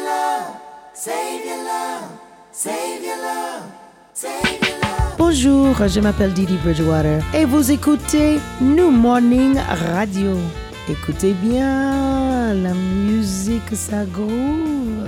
love, save your love, save your love, save your love. Bonjour, je m'appelle Didi Bridgewater et vous écoutez New Morning Radio. Écoutez bien, la musique ça groove.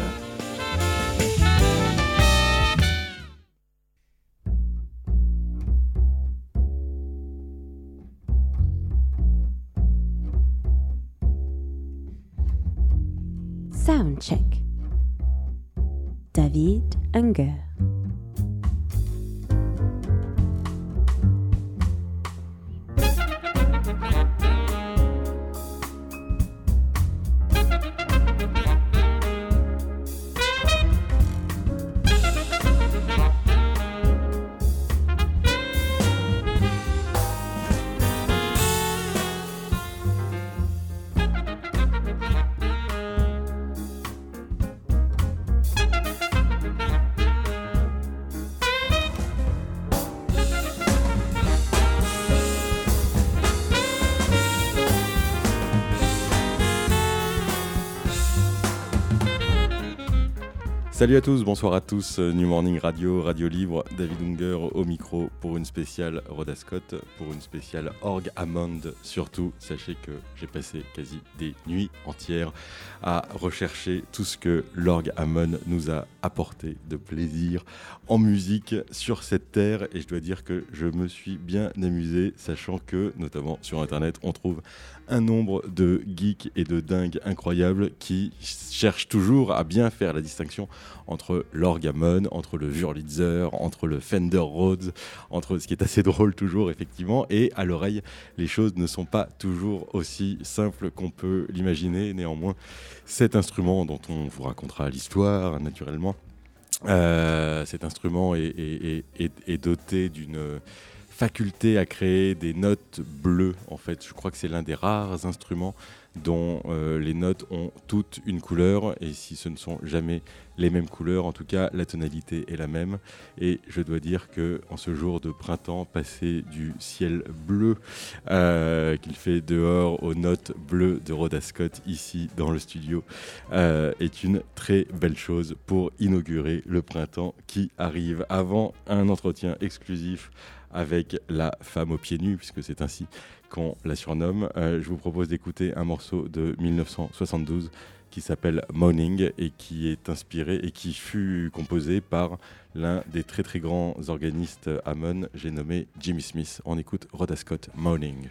Soundcheck. David Unger. Salut à tous, bonsoir à tous, New Morning Radio, Radio Libre, David Unger au micro pour une spéciale Rhoda Scott, pour une spéciale Org Hammond surtout. Sachez que j'ai passé quasi des nuits entières à rechercher tout ce que l'Org Hammond nous a apporté de plaisir en musique sur cette terre, et je dois dire que je me suis bien amusé, sachant que, notamment sur internet, on trouve un nombre de geeks et de dingues incroyables qui cherchent toujours à bien faire la distinction entre l'Org Hammond, entre le Wurlitzer, entre le Fender Rhodes, entre ce qui est assez drôle toujours effectivement, et à l'oreille les choses ne sont pas toujours aussi simples qu'on peut l'imaginer. Néanmoins, cet instrument dont on vous racontera l'histoire naturellement, cet instrument est doté d'une faculté à créer des notes bleues. En fait, je crois que c'est l'un des rares instruments dont les notes ont toutes une couleur, et si ce ne sont jamais les mêmes couleurs, en tout cas la tonalité est la même. Et je dois dire que en ce jour de printemps, passer du ciel bleu qu'il fait dehors aux notes bleues de Rhoda Scott ici dans le studio est une très belle chose pour inaugurer le printemps qui arrive, avant un entretien exclusif avec la femme aux pieds nus, puisque c'est ainsi qu'on la surnomme. Je vous propose d'écouter un morceau de 1972 qui s'appelle Moaning et qui est inspiré et qui fut composé par l'un des très très grands organistes Hammond, j'ai nommé Jimmy Smith. On écoute Rhoda Scott, Moaning.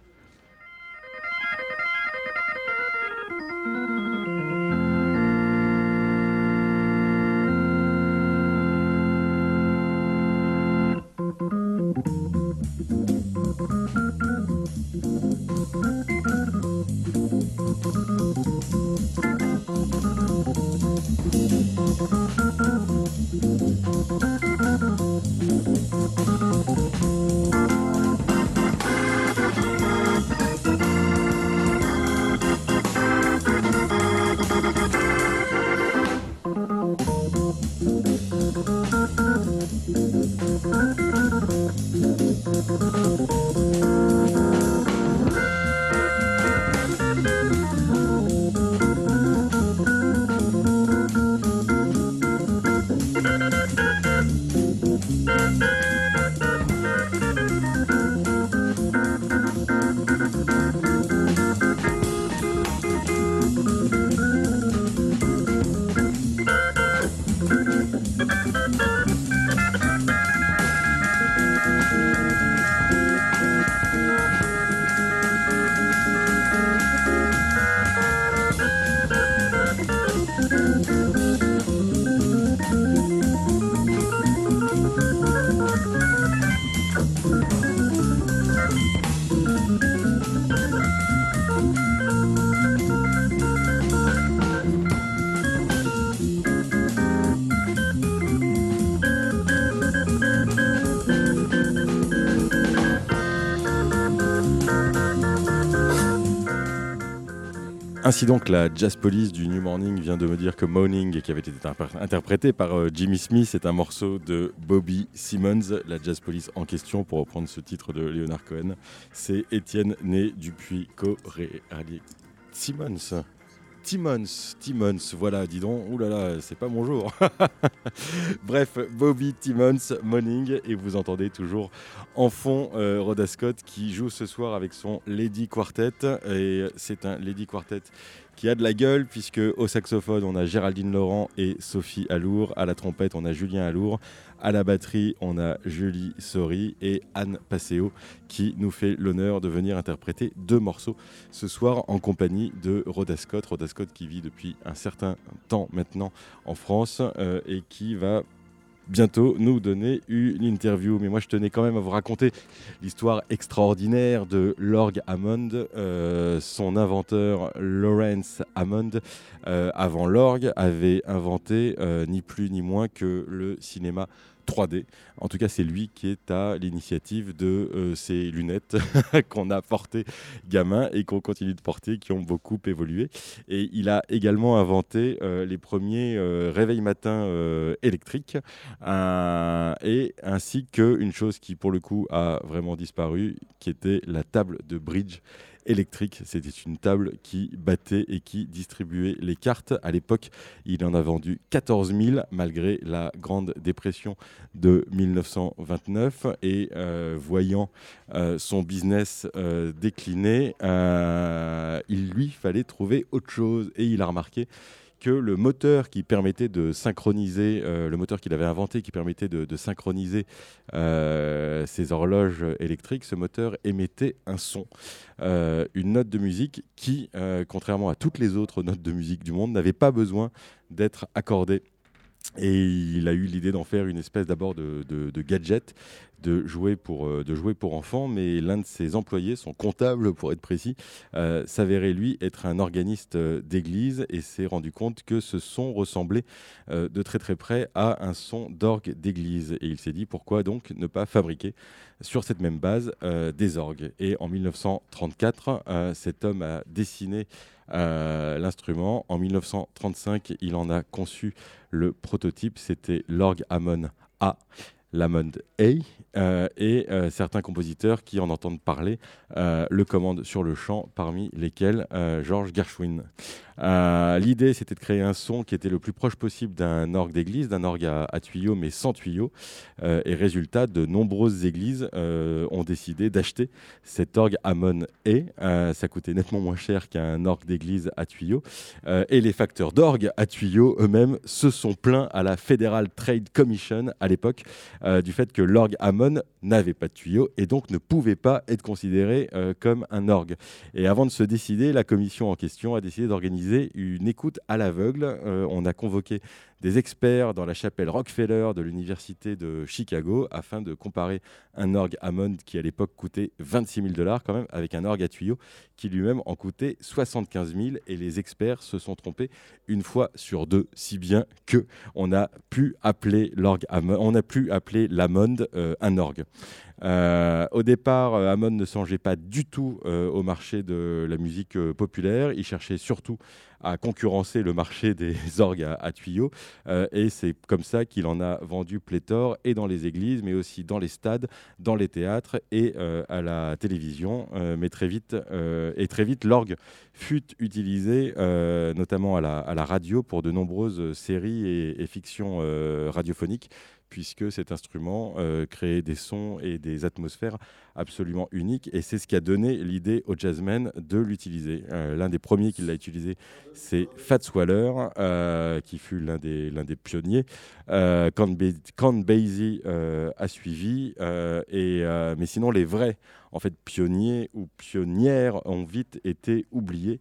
Ainsi donc, la Jazz Police du New Morning vient de me dire que Moaning, qui avait été interprété par Jimmy Smith, est un morceau de Bobby Simmons. La Jazz Police en question, pour reprendre ce titre de Leonard Cohen, c'est Étienne Né Dupuis Corré Simmons. Timmons, voilà, dis donc, oulala, c'est pas mon jour. Bref, Bobby Timmons, Morning, et vous entendez toujours en fond Rhoda Scott qui joue ce soir avec son Lady Quartet, et c'est un Lady Quartet qui a de la gueule, puisque au saxophone on a Géraldine Laurent et Sophie Allour, à la trompette on a Julien Allour, à la batterie on a Julie Sori et Anne Passeo qui nous fait l'honneur de venir interpréter 2 morceaux ce soir en compagnie de Rhoda Scott qui vit depuis un certain temps maintenant en France et qui va bientôt nous donner une interview. Mais moi je tenais quand même à vous raconter l'histoire extraordinaire de l'orgue Hammond. Son inventeur Lawrence Hammond, avant l'orgue, avait inventé ni plus ni moins que le cinéma 3D. En tout cas, c'est lui qui est à l'initiative de ces lunettes qu'on a portées gamin et qu'on continue de porter, qui ont beaucoup évolué. Et il a également inventé les premiers réveils matins électriques, et ainsi qu'une chose qui, pour le coup, a vraiment disparu, qui était la table de bridge électrique. C'était une table qui battait et qui distribuait les cartes. À l'époque, il en a vendu 14 000 malgré la Grande Dépression de 1929. Et voyant son business décliner, il lui fallait trouver autre chose. Et il a remarqué que le moteur qui permettait de synchroniser, le moteur qu'il avait inventé qui permettait de synchroniser ces horloges électriques, ce moteur émettait un son, une note de musique qui, contrairement à toutes les autres notes de musique du monde, n'avait pas besoin d'être accordée. Et il a eu l'idée d'en faire une espèce d'abord de gadget, de jouer pour enfants, mais l'un de ses employés, son comptable pour être précis, s'avérait lui être un organiste d'église et s'est rendu compte que ce son ressemblait de très très près à un son d'orgue d'église. Et il s'est dit pourquoi donc ne pas fabriquer sur cette même base des orgues. Et en 1934, cet homme a dessiné l'instrument. En 1935, il en a conçu le prototype, c'était l'orgue Hammond A, l'Hammond A, et certains compositeurs qui en entendent parler le commandent sur le champ, parmi lesquels George Gershwin. L'idée, c'était de créer un son qui était le plus proche possible d'un orgue d'église, d'un orgue à tuyaux, mais sans tuyaux. Et résultat, de nombreuses églises ont décidé d'acheter cet orgue Hammond A. Ça coûtait nettement moins cher qu'un orgue d'église à tuyaux. Et les facteurs d'orgue à tuyaux eux-mêmes se sont plaints à la Federal Trade Commission à l'époque du fait que l'orgue Hammond n'avait pas de tuyaux et donc ne pouvait pas être considéré comme un orgue. Et avant de se décider, la commission en question a décidé d'organiser une écoute à l'aveugle. On a convoqué des experts dans la chapelle Rockefeller de l'université de Chicago afin de comparer un orgue Hammond qui à l'époque coûtait $26 000 quand même avec un orgue à tuyaux qui lui-même en coûtait 75 000, et les experts se sont trompés une fois sur deux, si bien que on a pu appeler l'orgue Hammond, on a pu appeler l'Hammond un orgue. Au départ, Hammond ne songeait pas du tout au marché de la musique populaire. Il cherchait surtout à concurrencer le marché des orgues à tuyaux. Et c'est comme ça qu'il en a vendu pléthore, et dans les églises, mais aussi dans les stades, dans les théâtres et à la télévision. Mais très vite, l'orgue fut utilisé, notamment à la radio, pour de nombreuses séries et fictions radiophoniques, puisque cet instrument créait des sons et des atmosphères absolument uniques. Et c'est ce qui a donné l'idée aux jazzmen de l'utiliser. L'un des premiers qui l'a utilisé, c'est Fats Waller, qui fut l'un des pionniers. Count Basie a suivi. Mais sinon, les vrais pionniers ou pionnières ont vite été oubliés.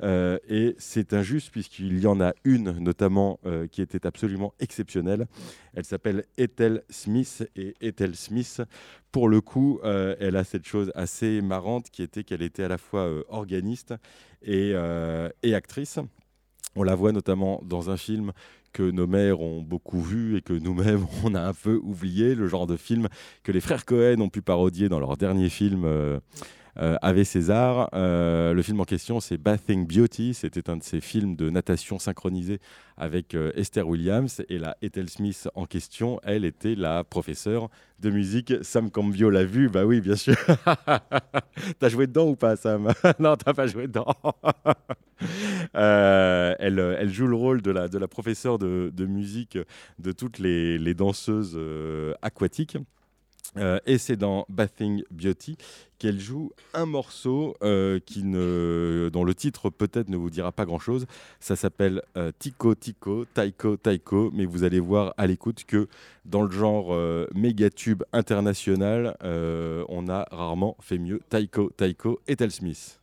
Et c'est injuste, puisqu'il y en a une, notamment, qui était absolument exceptionnelle. Elle s'appelle Ethel Smith. Et Ethel Smith, pour le coup, elle a cette chose assez marrante qui était qu'elle était à la fois organiste et actrice. On la voit notamment dans un film que nos mères ont beaucoup vu et que nous-mêmes on a un peu oublié, le genre de film que les frères Cohen ont pu parodier dans leur dernier film Ave César. Le film en question, c'est Bathing Beauty. C'était un de ces films de natation synchronisé avec Esther Williams. Et la Ethel Smith en question, elle était la professeure de musique. Sam Cambio l'a vu, bah oui, bien sûr. T'as joué dedans ou pas, Sam? Non, t'as pas joué dedans. Elle joue le rôle de la professeure de musique de toutes les danseuses aquatiques. Et c'est dans Bathing Beauty qu'elle joue un morceau dont le titre peut-être ne vous dira pas grand-chose. Ça s'appelle Tico Tico, Taiko Taiko, mais vous allez voir à l'écoute que dans le genre méga-tube international, on a rarement fait mieux. Taiko Taiko, Ethel Smith.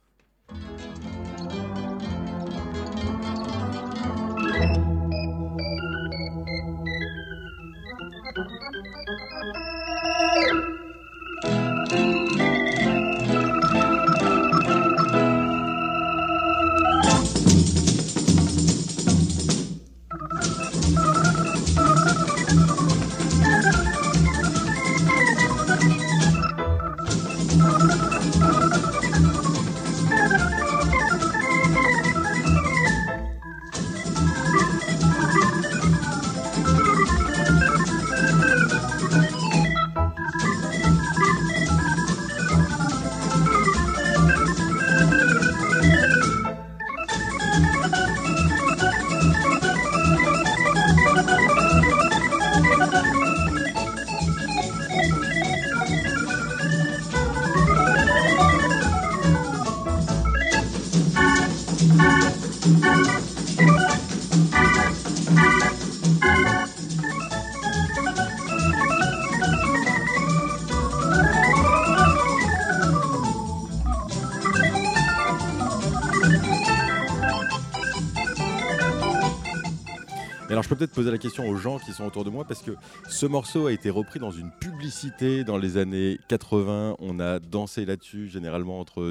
Alors je peux peut-être poser la question aux gens qui sont autour de moi parce que ce morceau a été repris dans une publicité dans les années 80. On a dansé là-dessus généralement entre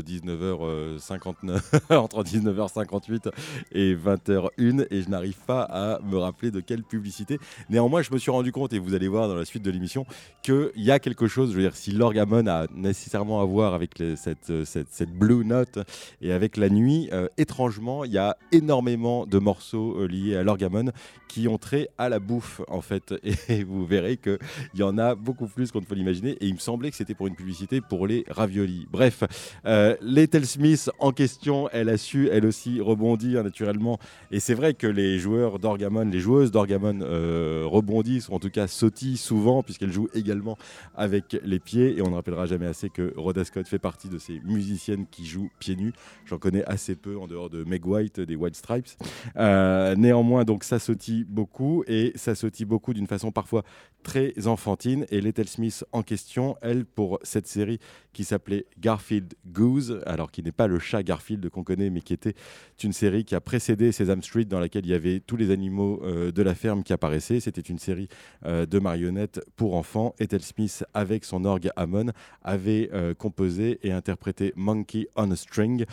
19h59, entre 19h58 et 20h01 et je n'arrive pas à me rappeler de quelle publicité. Néanmoins, je me suis rendu compte et vous allez voir dans la suite de l'émission qu'il y a quelque chose, je veux dire, si l'orgamon a nécessairement à voir avec cette blue note et avec la nuit, étrangement, il y a énormément de morceaux liés à l'orgamon qui ont trait à la bouffe en fait et vous verrez qu'il y en a beaucoup plus qu'on ne peut l'imaginer et il me semblait que c'était pour une publicité pour les raviolis. Bref, l'Ethel Smith en question, elle a su elle aussi rebondir naturellement et c'est vrai que les joueurs d'orgamon, les joueuses d'orgamon rebondissent ou en tout cas sautillent souvent puisqu'elles jouent également avec les pieds et on ne rappellera jamais assez que Rhoda Scott fait partie de ces musiciennes qui jouent pieds nus. J'en connais assez peu en dehors de Meg White des White Stripes. Néanmoins donc ça sautille beaucoup et ça sautille beaucoup d'une façon parfois très enfantine et l'Ethel Smith en question, elle pour cette série qui s'appelait Garfield Goose, alors qui n'est pas le chat Garfield qu'on connaît mais qui était une série qui a précédé Sesame Street dans laquelle il y avait tous les animaux de la ferme qui apparaissaient. C'était une série de marionnettes pour enfants. Ethel Smith avec son orgue Hammond avait composé et interprété Monkey on a String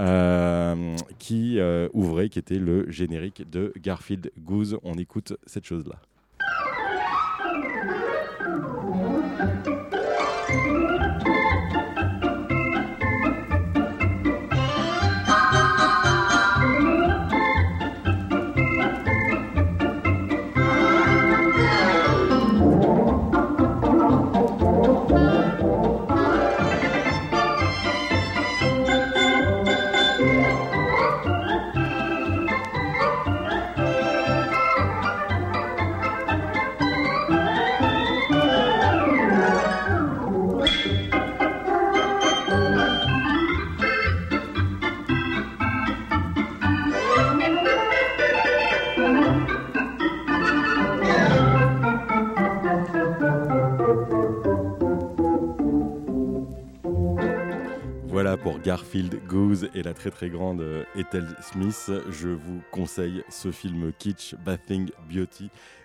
qui ouvrait, qui était le générique de Garfield Goose. On écoute cette chose-là. Voilà pour Garfield Goose et la très très grande Ethel Smith. Je vous conseille ce film kitsch, Bathing Beauty.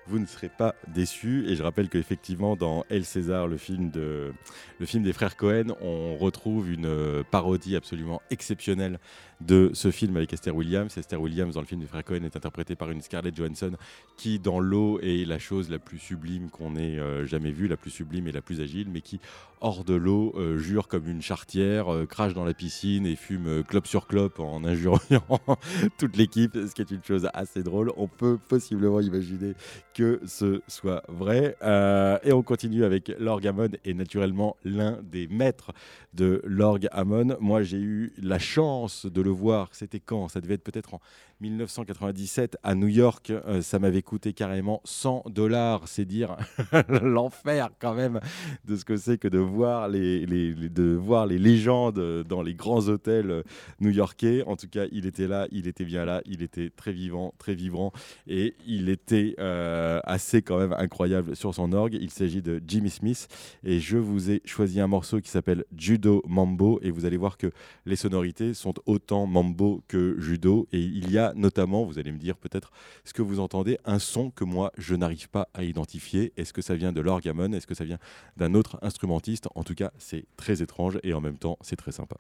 vous ne serez pas déçus. Et je rappelle qu'effectivement, dans El César, le film des frères Cohen, on retrouve une parodie absolument exceptionnelle de ce film avec Esther Williams. Esther Williams, dans le film des frères Cohen, est interprétée par une Scarlett Johansson qui, dans l'eau, est la chose la plus sublime qu'on ait jamais vue, la plus sublime et la plus agile, mais qui, hors de l'eau, jure comme une charretière, crache dans la piscine et fume clope sur clope en injuriant toute l'équipe, ce qui est une chose assez drôle. On peut possiblement imaginer que ce soit vrai. Et on continue avec l'orgue Hammond, et naturellement l'un des maîtres de l'orgue Hammond. Moi, j'ai eu la chance de le voir. C'était quand ? Ça devait être peut-être en 1997 à New York. Ça m'avait coûté carrément $100. C'est dire l'enfer quand même de ce que c'est que de voir les légendes dans les grands hôtels new-yorkais. En tout cas, il était là, il était bien là, il était très vivant, très vibrant, et il était assez quand même incroyable sur son orgue. Il s'agit de Jimmy Smith, et je vous ai choisi un morceau qui s'appelle Judo Mambo, et vous allez voir que les sonorités sont autant mambo que judo, et il y a notamment, vous allez me dire peut-être ce que vous entendez, un son que moi je n'arrive pas à identifier. Est-ce que ça vient de l'orgue Hammond ? Est-ce que ça vient d'un autre instrumentiste ? En tout cas, c'est très étrange et en même temps, c'est très sympa.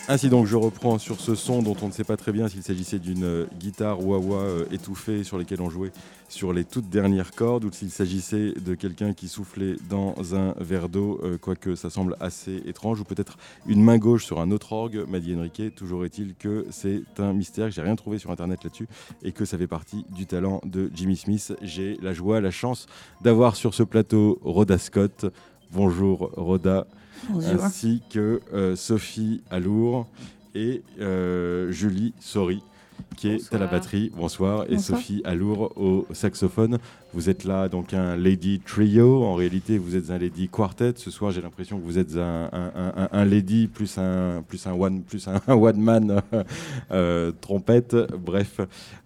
Ainsi donc, je reprends sur ce son dont on ne sait pas très bien s'il s'agissait d'une guitare wah-wah étouffée sur laquelle on jouait sur les toutes dernières cordes ou s'il s'agissait de quelqu'un qui soufflait dans un verre d'eau, quoique ça semble assez étrange, ou peut-être une main gauche sur un autre orgue, m'a dit Enrique. Toujours est-il que c'est un mystère, que j'ai rien trouvé sur internet là-dessus et que ça fait partie du talent de Jimmy Smith. J'ai la joie, la chance d'avoir sur ce plateau Rhoda Scott. Bonjour Rhoda. Bonjour. Ainsi que Sophie Alour et Julie Sori qui est à la batterie. Bonsoir. Et Bonsoir. Sophie Alour au saxophone. Vous êtes là donc un lady trio. En réalité, vous êtes un lady quartet. Ce soir, j'ai l'impression que vous êtes un lady plus un one man trompette. Bref,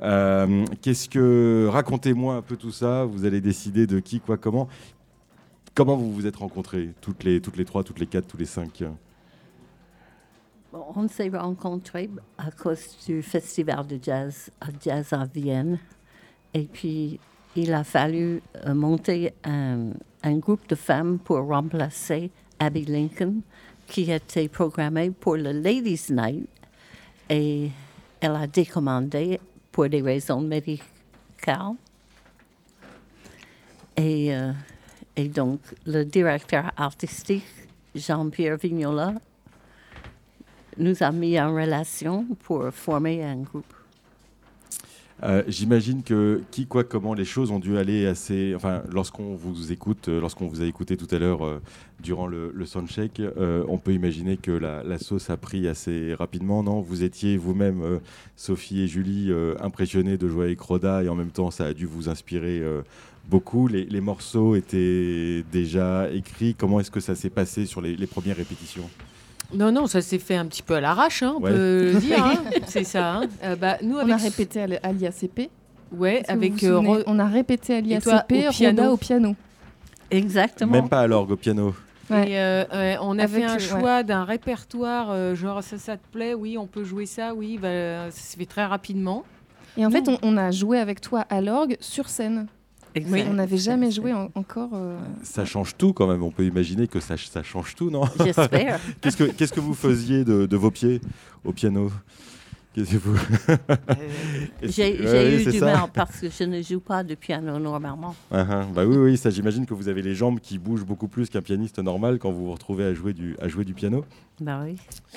racontez-moi un peu tout ça. Vous allez décider de qui, quoi, comment. Comment vous vous êtes rencontrés, toutes les trois, toutes les quatre, tous les cinq? Bon, on s'est rencontrés à cause du festival de jazz à Vienne. Et puis, il a fallu monter un groupe de femmes pour remplacer Abby Lincoln, qui était programmée pour le Ladies' Night. Et elle a décommandé pour des raisons médicales. Et donc, le directeur artistique, Jean-Pierre Vignola, nous a mis en relation pour former un groupe. J'imagine que qui, quoi, comment les choses ont dû aller assez... Enfin, lorsqu'on vous a écouté tout à l'heure durant le soundcheck, on peut imaginer que la sauce a pris assez rapidement, non? Vous étiez vous-même, Sophie et Julie, impressionnés de jouer avec Rhoda et en même temps, ça a dû vous inspirer beaucoup. Les morceaux étaient déjà écrits. Comment est-ce que ça s'est passé sur les premières répétitions? Non, ça s'est fait un petit peu à l'arrache, on peut le dire. C'est ça. Nous, on a répété à l'IACP. Ouais, avec on a répété à l'IACP, Rhoda au piano. Exactement. Même pas à l'orgue, au piano. Ouais. Et on a fait un choix d'un répertoire, genre ça te plaît, oui, on peut jouer ça, oui, ça se fait très rapidement. Et en fait, on a joué avec toi à l'orgue sur scène. Oui, on n'avait jamais joué encore. Ça change tout quand même. On peut imaginer que ça change tout, non? J'espère. Qu'est-ce que vous faisiez de vos pieds au piano? Qu'est-ce que vous... J'ai eu du mal parce que je ne joue pas de piano normalement. Bah oui, ça, j'imagine que vous avez les jambes qui bougent beaucoup plus qu'un pianiste normal quand vous vous retrouvez à jouer du piano. Bah oui.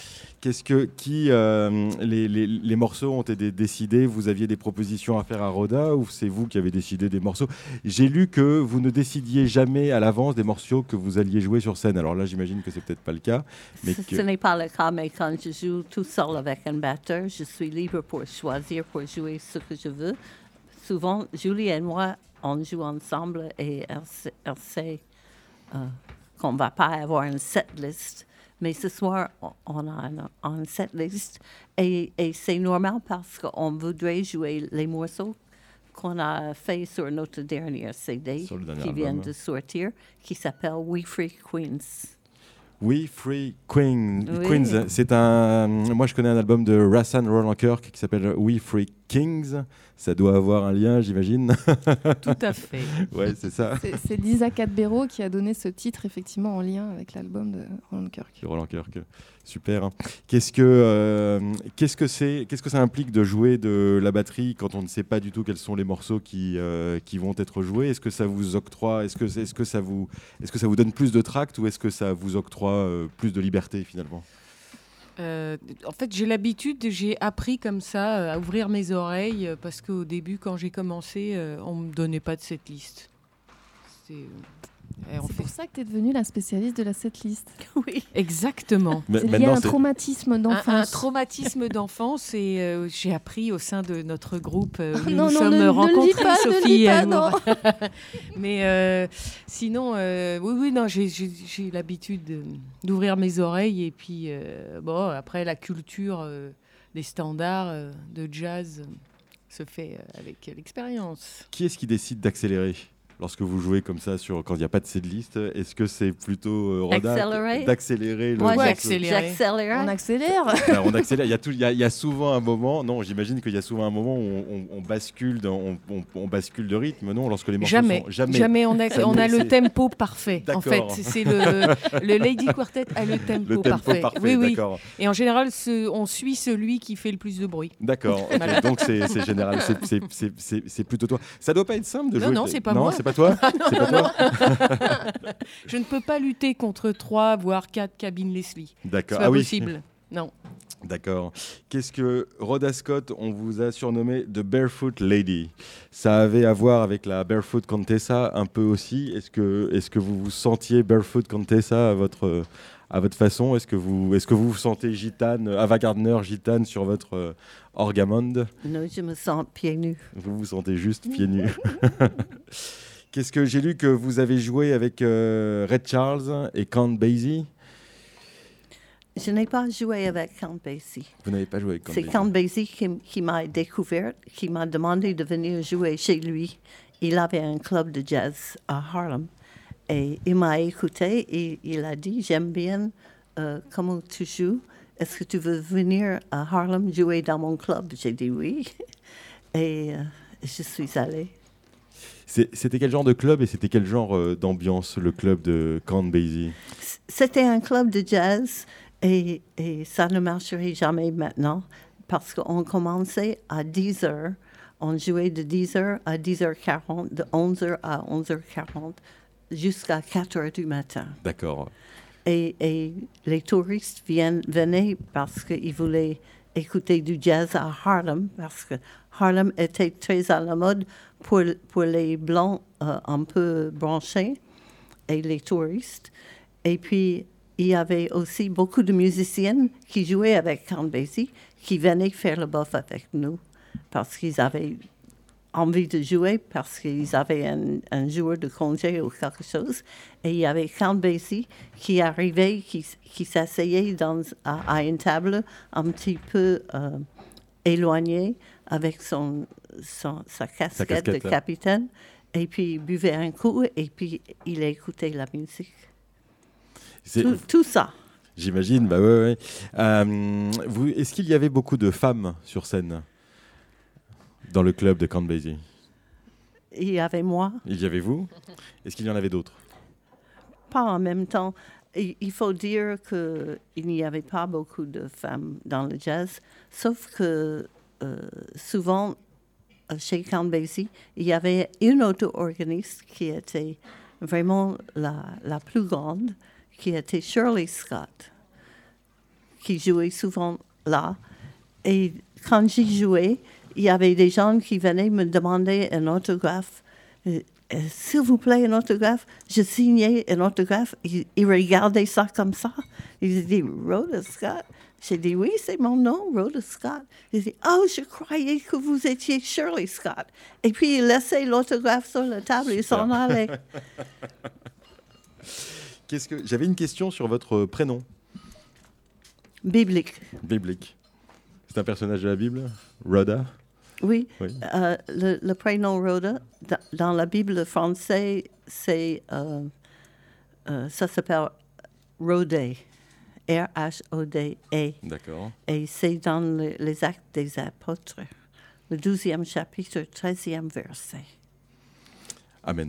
Les morceaux ont été décidés? Vous aviez des propositions à faire à Rhoda ou c'est vous qui avez décidé des morceaux? J'ai lu que vous ne décidiez jamais à l'avance des morceaux que vous alliez jouer sur scène. Alors là, j'imagine que c'est peut-être pas le cas. Mais Ce n'est pas le cas, mais quand je joue tout seul avec un batteur, je suis libre pour choisir, pour jouer ce que je veux. Souvent, Julie et moi, on joue ensemble et elle sait qu'on ne va pas avoir une set list. Mais ce soir, on a un set list et c'est normal parce qu'on voudrait jouer les morceaux qu'on a fait sur notre dernier CD qui vient de sortir, qui s'appelle We Free Queens. We Free Queens. Oui. C'est moi, je connais un album de Rassan Roland Kirk qui s'appelle We Free Kings. Ça doit avoir un lien, j'imagine. Tout à fait. Ouais, c'est ça. C'est Lisa Cadbero qui a donné ce titre effectivement en lien avec l'album de Roland Kirk. Roland Kirk, super. Qu'est-ce que ça implique de jouer de la batterie quand on ne sait pas du tout quels sont les morceaux qui vont être joués? Est-ce que ça vous octroie, est-ce que ça vous donne plus de tract ou est-ce que ça vous octroie plus de liberté finalement? En fait, j'ai appris comme ça à ouvrir mes oreilles parce qu'au début, quand j'ai commencé, on me donnait pas de setlist. C'est pour ça que tu es devenue la spécialiste de la setlist. Oui, exactement. C'est lié à un traumatisme d'enfance. Un traumatisme d'enfance et j'ai appris au sein de notre groupe où non, nous sommes rencontrés, Sophie et Alour. Mais sinon, non, j'ai l'habitude d'ouvrir mes oreilles et puis après la culture des standards de jazz se fait avec l'expérience. Qui est-ce qui décide d'accélérer lorsque vous jouez comme ça quand il n'y a pas de setlist, est-ce que c'est plutôt d'accélérer Moi, j'accélère. On accélère. Ben, on accélère. Il y a souvent un moment. Non, j'imagine qu'il y a souvent un moment où on bascule, on bascule de rythme. Non, lorsque les morceaux jamais. On a le tempo parfait. En fait, D'accord. c'est le Lady Quartet a le tempo parfait. Oui. D'accord. Et en général, on suit celui qui fait le plus de bruit. D'accord. Ok. Donc c'est général. C'est plutôt toi. Ça doit pas être simple de jouer. Non, c'est pas moi. C'est pas toi. C'est pas toi. Je ne peux pas lutter contre 3 voire 4 cabines Leslie. D'accord. C'est pas possible. Non. D'accord. Qu'est-ce que Rhoda Scott, on vous a surnommé The Barefoot Lady. Ça avait à voir avec la Barefoot Contessa un peu aussi. Est-ce que vous vous sentiez Barefoot Contessa à votre façon? Est-ce que vous vous sentez gitane, avant-gardner gitane sur votre orgamond? Non, je me sens pieds nus. Vous vous sentez juste pieds nus. Qu'est-ce que j'ai lu que vous avez joué avec Ray Charles et Count Basie? Je n'ai pas joué avec Count Basie. Vous n'avez pas joué avec Count Basie? C'est Count Basie qui m'a découverte, qui m'a demandé de venir jouer chez lui. Il avait un club de jazz à Harlem. Et il m'a écouté et il a dit, j'aime bien comment tu joues. Est-ce que tu veux venir à Harlem jouer dans mon club? J'ai dit oui. Et je suis allée. C'était quel genre de club et c'était quel genre d'ambiance, le club de Count Basie? C'était un club de jazz et ça ne marcherait jamais maintenant parce qu'on commençait à 10h. On jouait de 10h à 10h40, de 11h à 11h40 jusqu'à 4h du matin. D'accord. Et les touristes venaient parce qu'ils voulaient écouter du jazz à Harlem, parce que Harlem était très à la mode pour les Blancs un peu branchés et les touristes. Et puis, il y avait aussi beaucoup de musiciennes qui jouaient avec Count Basie, qui venaient faire le bœuf avec nous, parce qu'ils avaient envie de jouer, parce qu'ils avaient un jour de congé ou quelque chose. Et il y avait Count Basie qui arrivait, qui s'asseyait à une table un petit peu éloignée avec sa casquette de capitaine. Et puis il buvait un coup et puis il écoutait la musique. Tout ça. J'imagine, bah ouais. Est-ce qu'il y avait beaucoup de femmes sur scène dans le club de Count Basie? Il y avait moi. Il y avait vous? Est-ce qu'il y en avait d'autres? Pas en même temps. Il faut dire qu'il n'y avait pas beaucoup de femmes dans le jazz, sauf que souvent, chez Count Basie, il y avait une autre organiste qui était vraiment la plus grande, qui était Shirley Scott, qui jouait souvent là. Et quand j'y jouais, il y avait des gens qui venaient me demander un autographe. S'il vous plaît, un autographe. Je signais un autographe. Ils regardaient ça comme ça. Ils disaient, Rhoda Scott. J'ai dit, oui, c'est mon nom, Rhoda Scott. Ils disaient, oh, je croyais que vous étiez Shirley Scott. Et puis, ils laissaient l'autographe sur la table et ils s'en allaient. J'avais une question sur votre prénom. Biblique. Biblique. C'est un personnage de la Bible, Rhoda? Oui. Le prénom Rhoda, dans la Bible française, ça s'appelle Rhodé, R-H-O-D-E. D'accord. Et c'est dans les Actes des Apôtres, le 12e chapitre, 13e verset. Amen.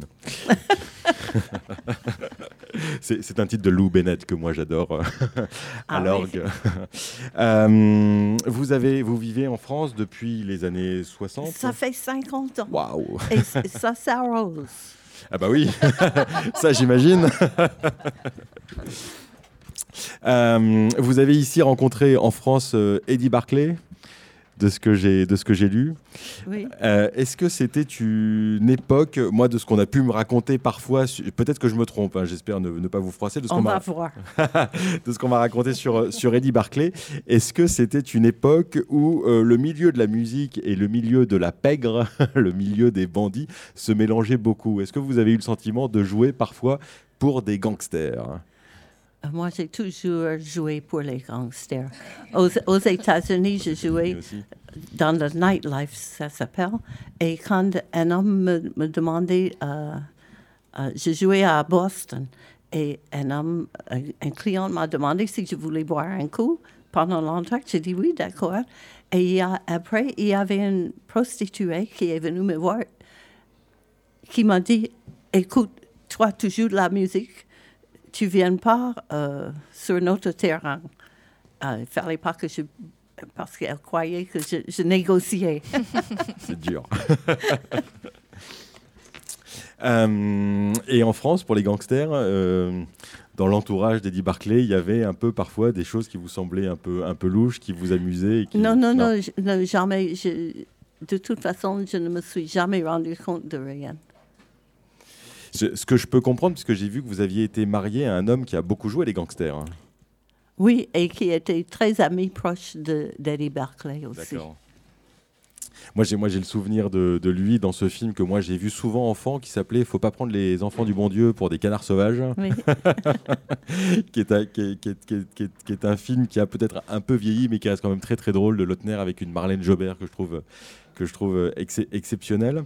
C'est un titre de Lou Bennett que moi j'adore à l'orgue. Oui. Vous vivez en France depuis les années 60? Ça fait 50 ans. Waouh. Et ça s'arrose. Ah bah oui, ça j'imagine. Vous avez ici rencontré en France Eddie Barclay, de ce que j'ai lu. Oui. Est-ce que c'était une époque, moi de ce qu'on a pu me raconter parfois, peut-être que je me trompe, hein, j'espère ne pas vous froisser, de ce On va voir. de ce qu'on m'a raconté sur Eddie Barclay, est-ce que c'était une époque où le milieu de la musique et le milieu de la pègre, le milieu des bandits, se mélangeaient beaucoup? Est-ce que vous avez eu le sentiment de jouer parfois pour des gangsters? Moi, j'ai toujours joué pour les gangsters. Aux États-Unis, je jouais dans le nightlife, ça s'appelle. Et quand un homme me demandait je jouais à Boston et un client m'a demandé si je voulais boire un coup pendant longtemps. J'ai dit oui, d'accord. Et après, il y avait une prostituée qui est venue me voir, qui m'a dit, écoute, toi, tu joues de la musique, tu viens pas sur notre terrain. Il ne fallait pas que je... Parce qu'elle croyait que je négociais. C'est dur. Et en France, pour les gangsters, dans l'entourage d'Eddie Barclay, il y avait un peu parfois des choses qui vous semblaient un peu louches, qui vous amusaient et qui... Non, jamais. De toute façon, je ne me suis jamais rendu compte de rien. Ce que je peux comprendre, puisque j'ai vu que vous aviez été marié à un homme qui a beaucoup joué les gangsters. Oui, et qui était très ami proche d'Eddie Barclay aussi. D'accord. Moi, j'ai le souvenir de lui dans ce film que moi j'ai vu souvent enfant, qui s'appelait « Faut pas prendre les enfants du bon Dieu pour des canards sauvages oui. », qui est un film qui a peut-être un peu vieilli, mais qui reste quand même très très drôle, de Lautner avec une Marlène Jobert que je trouve exceptionnelle.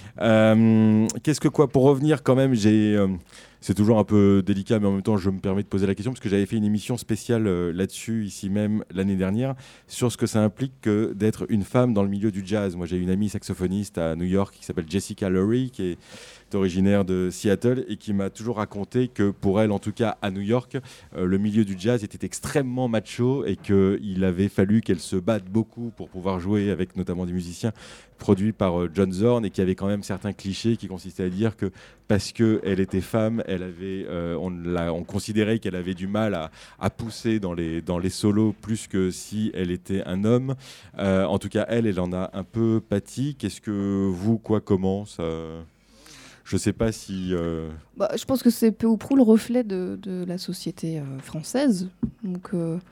Pour revenir quand même, c'est toujours un peu délicat, mais en même temps, je me permets de poser la question, parce que j'avais fait une émission spéciale là-dessus, ici même, l'année dernière, sur ce que ça implique que d'être une femme dans le milieu du jazz. Moi, j'ai une amie saxophoniste à New York qui s'appelle Jessica Lurie, qui est originaire de Seattle, et qui m'a toujours raconté que pour elle, en tout cas à New York, le milieu du jazz était extrêmement macho, et qu'il avait fallu qu'elle se batte beaucoup pour pouvoir jouer avec notamment des musiciens produits par John Zorn, et qu'il y avait quand même certains clichés qui consistaient à dire que parce qu'elle était femme, on considérait qu'elle avait du mal à pousser dans les solos plus que si elle était un homme. En tout cas, elle en a un peu pâti. Qu'est-ce que comment ça... Je ne sais pas si... je pense que c'est peu ou prou le reflet de la société française. Donc,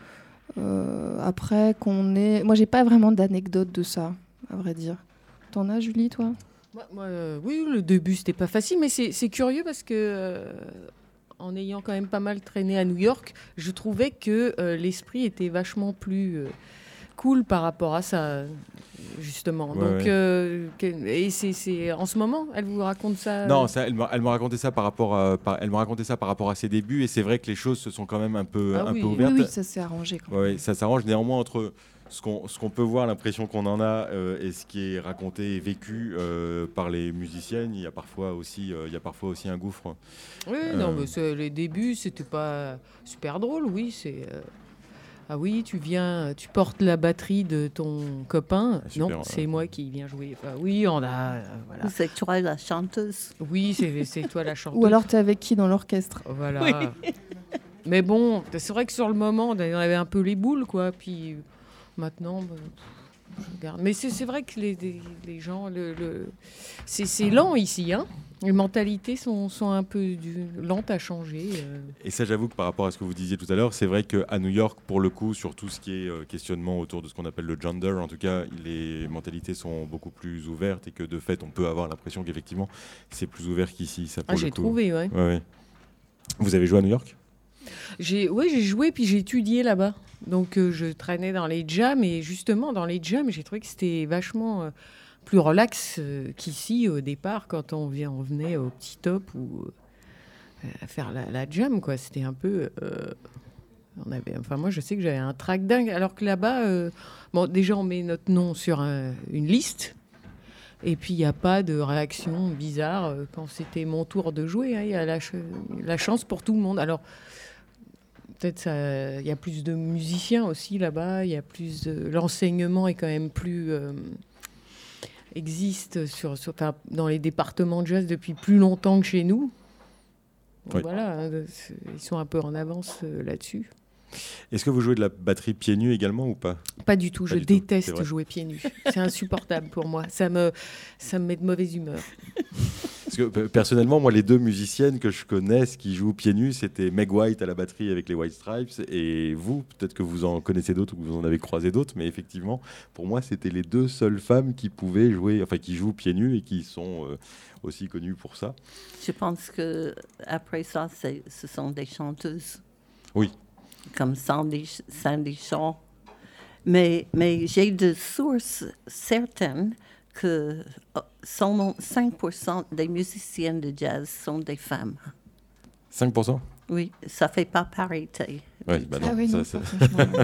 après moi, j'ai pas vraiment d'anecdote de ça, à vrai dire. T'en as, Julie, toi ? Oui, le début, c'était pas facile, mais c'est curieux parce que, en ayant quand même pas mal traîné à New York, je trouvais que l'esprit était vachement plus cool par rapport à ça, justement. Ouais, donc, et c'est en ce moment, elle vous raconte ça Non, elle m'a raconté ça par rapport à ses débuts, et c'est vrai que les choses se sont quand même un peu ouvertes. Oui, ça s'est arrangé. Oui, ça s'arrange néanmoins entre ce qu'on peut voir, l'impression qu'on en a, et ce qui est raconté et vécu par les musiciennes. Il y a parfois aussi un gouffre. Oui, non, mais les débuts, c'était pas super drôle. Oui, c'est ah oui, tu portes la batterie de ton copain. Super, non, c'est moi qui viens jouer. Enfin, oui, on a voilà. C'est toi la chanteuse. Oui, c'est toi la chanteuse. Ou alors t'es avec qui dans l'orchestre ? Voilà. Oui. Mais bon, c'est vrai que sur le moment, on avait un peu les boules, quoi. Puis maintenant, je regarde. Mais c'est vrai que les gens, c'est lent ici, hein. Les mentalités sont un peu lentes à changer. Et ça, j'avoue que par rapport à ce que vous disiez tout à l'heure, c'est vrai qu'à New York, pour le coup, sur tout ce qui est questionnement autour de ce qu'on appelle le gender, en tout cas, les mentalités sont beaucoup plus ouvertes, et que de fait, on peut avoir l'impression qu'effectivement, c'est plus ouvert qu'ici. Ça, j'ai trouvé, ouais. Ouais. Vous avez joué à New York ? J'ai joué, puis j'ai étudié là-bas. Donc, je traînais dans les jams, et justement, dans les jams, j'ai trouvé que c'était vachement... plus relax qu'ici au départ quand on venait au Petit Top ou à faire la jam, quoi. C'était un peu moi je sais que j'avais un trac dingue, alors que là-bas déjà on met notre nom sur une liste, et puis il n'y a pas de réaction bizarre quand c'était mon tour de jouer, hein. Il y a la chance pour tout le monde. Alors peut-être il y a plus de musiciens aussi là-bas, il y a plus l'enseignement est quand même plus existe dans les départements de jazz depuis plus longtemps que chez nous. Donc, voilà, ils sont un peu en avance là-dessus. Est-ce que vous jouez de la batterie pieds nus également ou pas ? Pas du tout, je déteste jouer pieds nus. C'est insupportable pour moi, ça me met de mauvaise humeur. Parce que personnellement, moi, les deux musiciennes que je connaisse qui jouent pieds nus, c'était Meg White à la batterie avec les White Stripes, et vous, peut-être que vous en connaissez d'autres ou que vous en avez croisé d'autres, mais effectivement, pour moi, c'était les deux seules femmes qui pouvaient jouer, qui jouent pieds nus et qui sont aussi connues pour ça. Je pense que après ça, ce sont des chanteuses. Oui. Comme Sandy Shaw. Mais j'ai des sources certaines que seulement 5% des musiciens de jazz sont des femmes. 5%? Oui, ça ne fait pas parité. Ouais, bah non, oui, ça, non, c'est... franchement.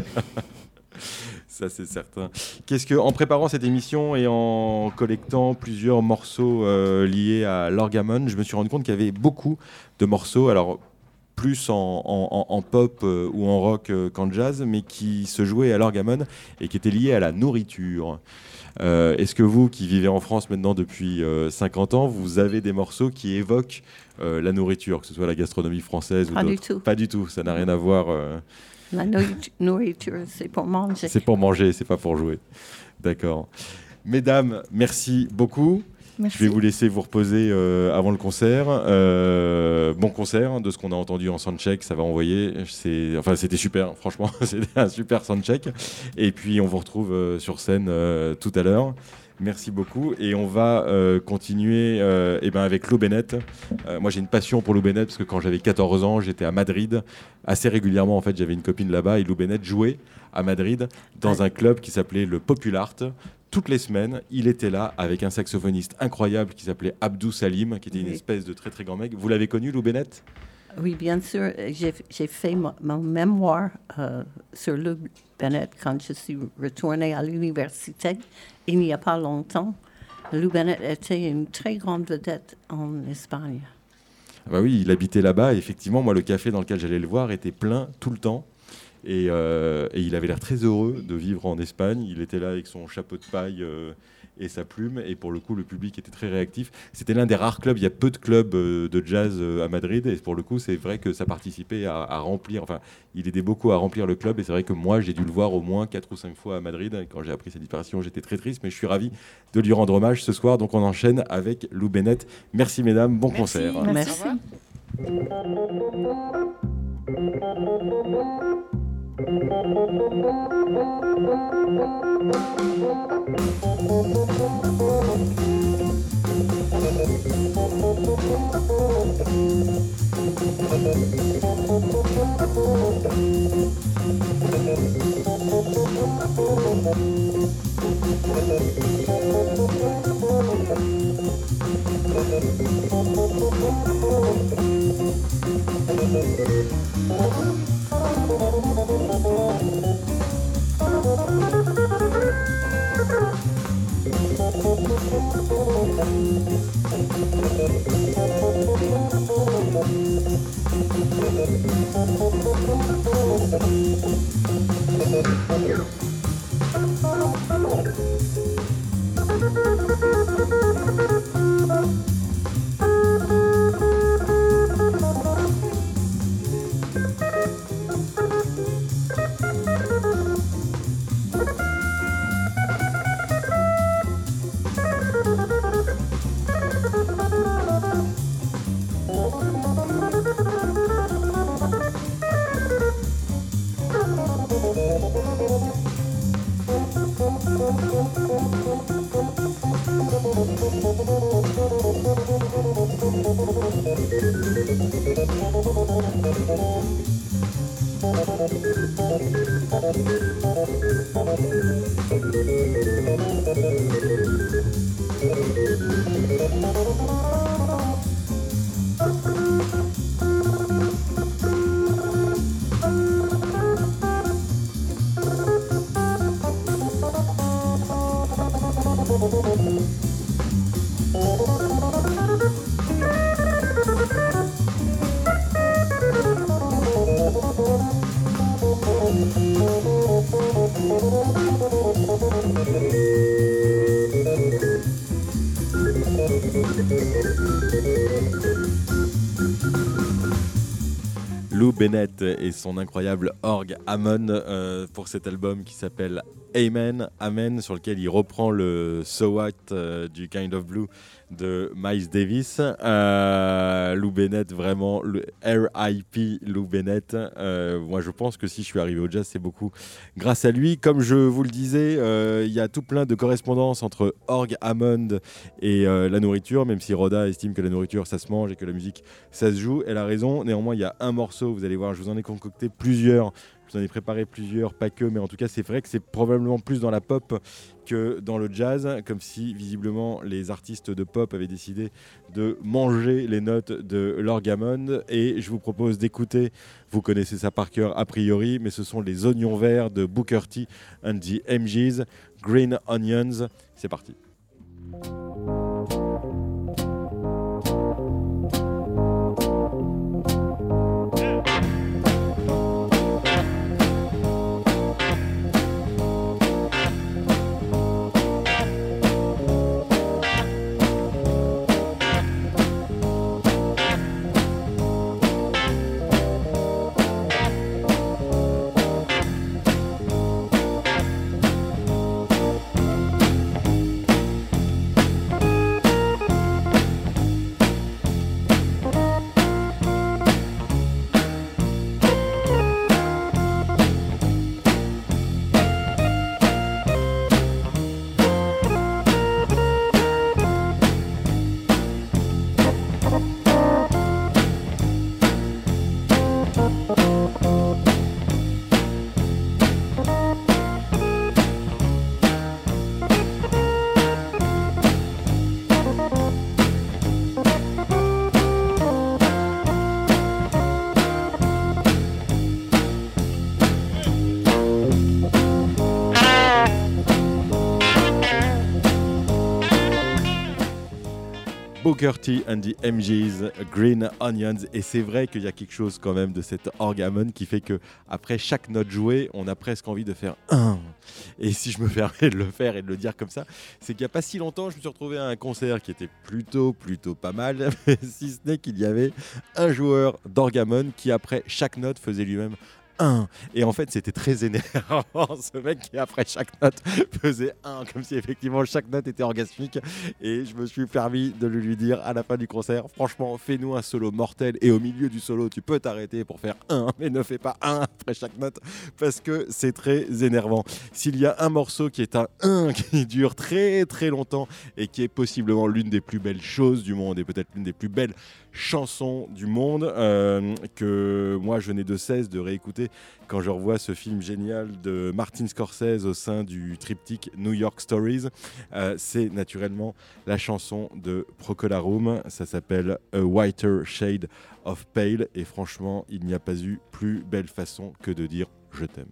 Ça, c'est certain. En préparant cette émission et en collectant plusieurs morceaux liés à l'orgamon, je me suis rendu compte qu'il y avait beaucoup de morceaux, alors plus en pop ou en rock qu'en jazz, mais qui se jouaient à l'orgamon et qui étaient liés à la nourriture. Est-ce que vous, qui vivez en France maintenant depuis 50 ans, vous avez des morceaux qui évoquent la nourriture, que ce soit la gastronomie française ou Pas d'autres? du tout. Pas du tout, ça n'a rien à voir. La nourriture, c'est pour manger. C'est pour manger, c'est pas pour jouer. D'accord. Mesdames, merci beaucoup. Merci. Je vais vous laisser vous reposer avant le concert. Bon concert, de ce qu'on a entendu en soundcheck, ça va envoyer. C'était super, franchement, c'était un super soundcheck. Et puis on vous retrouve sur scène tout à l'heure. Merci beaucoup. Et on va continuer avec Lou Bennett. Moi, j'ai une passion pour Lou Bennett parce que quand j'avais 14 ans, j'étais à Madrid. Assez régulièrement, en fait, j'avais une copine là-bas et Lou Bennett jouait à Madrid dans un club qui s'appelait le Populart. Toutes les semaines, il était là avec un saxophoniste incroyable qui s'appelait Abdou Salim, qui était une espèce de très très grand mec. Vous l'avez connu, Lou Bennett? Oui, bien sûr. J'ai fait mon mémoire sur Lou Bennett quand je suis retournée à l'université il n'y a pas longtemps. Lou Bennett était une très grande vedette en Espagne. Ah bah oui, il habitait là-bas. Et effectivement, moi, le café dans lequel j'allais le voir était plein tout le temps. Et il avait l'air très heureux de vivre en Espagne. Il était là avec son chapeau de paille et sa plume. Et pour le coup, le public était très réactif. C'était l'un des rares clubs. Il y a peu de clubs de jazz à Madrid. Et pour le coup, c'est vrai que ça participait à remplir. Enfin, il aidait beaucoup à remplir le club. Et c'est vrai que moi, j'ai dû le voir au moins 4 ou 5 fois à Madrid. Quand j'ai appris sa disparition, j'étais très triste. Mais je suis ravi de lui rendre hommage ce soir. Donc on enchaîne avec Lou Bennett. Merci mesdames. Bon concert. Merci. Lou Bennett et son incroyable orgue Hammond pour cet album qui s'appelle Amen, Amen, sur lequel il reprend le So What du Kind of Blue de Miles Davis. Lou Bennett, vraiment, le R.I.P. Lou Bennett. Moi, je pense que si je suis arrivé au jazz, c'est beaucoup grâce à lui. Comme je vous le disais, il y a tout plein de correspondances entre orgue, Hammond et la nourriture, même si Rhoda estime que la nourriture, ça se mange et que la musique, ça se joue. Elle a raison. Néanmoins, il y a un morceau, vous allez voir, je vous en ai concocté plusieurs Je vous en ai préparé plusieurs, pas que, mais en tout cas, c'est vrai que c'est probablement plus dans la pop que dans le jazz, comme si visiblement les artistes de pop avaient décidé de manger les notes de Lord Hammond. Et je vous propose d'écouter, vous connaissez ça par cœur a priori, mais ce sont les oignons verts de Booker T and the MGs, Green Onions. C'est parti. Booker T and the MGs, Green Onions. Et c'est vrai qu'il y a quelque chose quand même de cet orgue Hammond qui fait que après chaque note jouée, on a presque envie de faire un. Et si je me permets de le faire et de le dire comme ça, c'est qu'il n'y a pas si longtemps, je me suis retrouvé à un concert qui était plutôt pas mal, si ce n'est qu'il y avait un joueur d'orgue Hammond qui après chaque note faisait lui-même un. Et en fait, c'était très énervant, ce mec qui, après chaque note, faisait un, comme si effectivement chaque note était orgasmique. Et je me suis permis de lui dire à la fin du concert, franchement, fais-nous un solo mortel. Et au milieu du solo, tu peux t'arrêter pour faire un, mais ne fais pas un après chaque note, parce que c'est très énervant. S'il y a un morceau qui est un 1 qui dure très très longtemps et qui est possiblement l'une des plus belles choses du monde et peut-être l'une des plus belles chansons du monde que moi je n'ai de cesse de réécouter quand je revois ce film génial de Martin Scorsese au sein du triptyque New York Stories, c'est naturellement la chanson de Procol Harum. Ça s'appelle A Whiter Shade of Pale et franchement il n'y a pas eu plus belle façon que de dire je t'aime.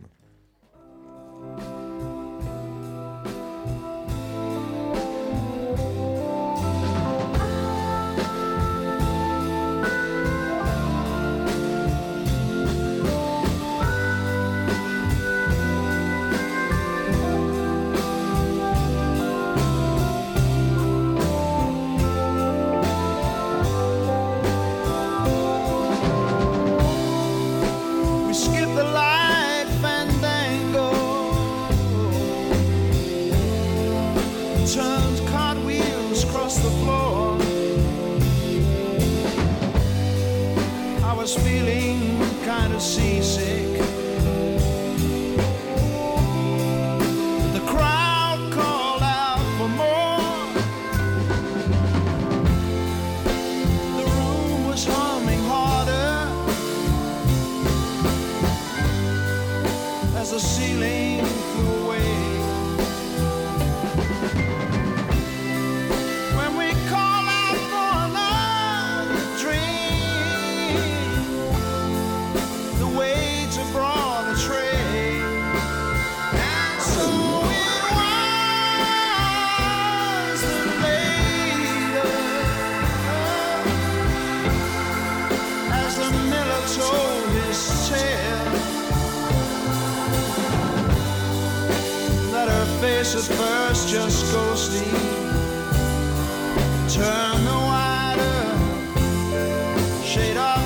At first just ghostly, turn the wider shade of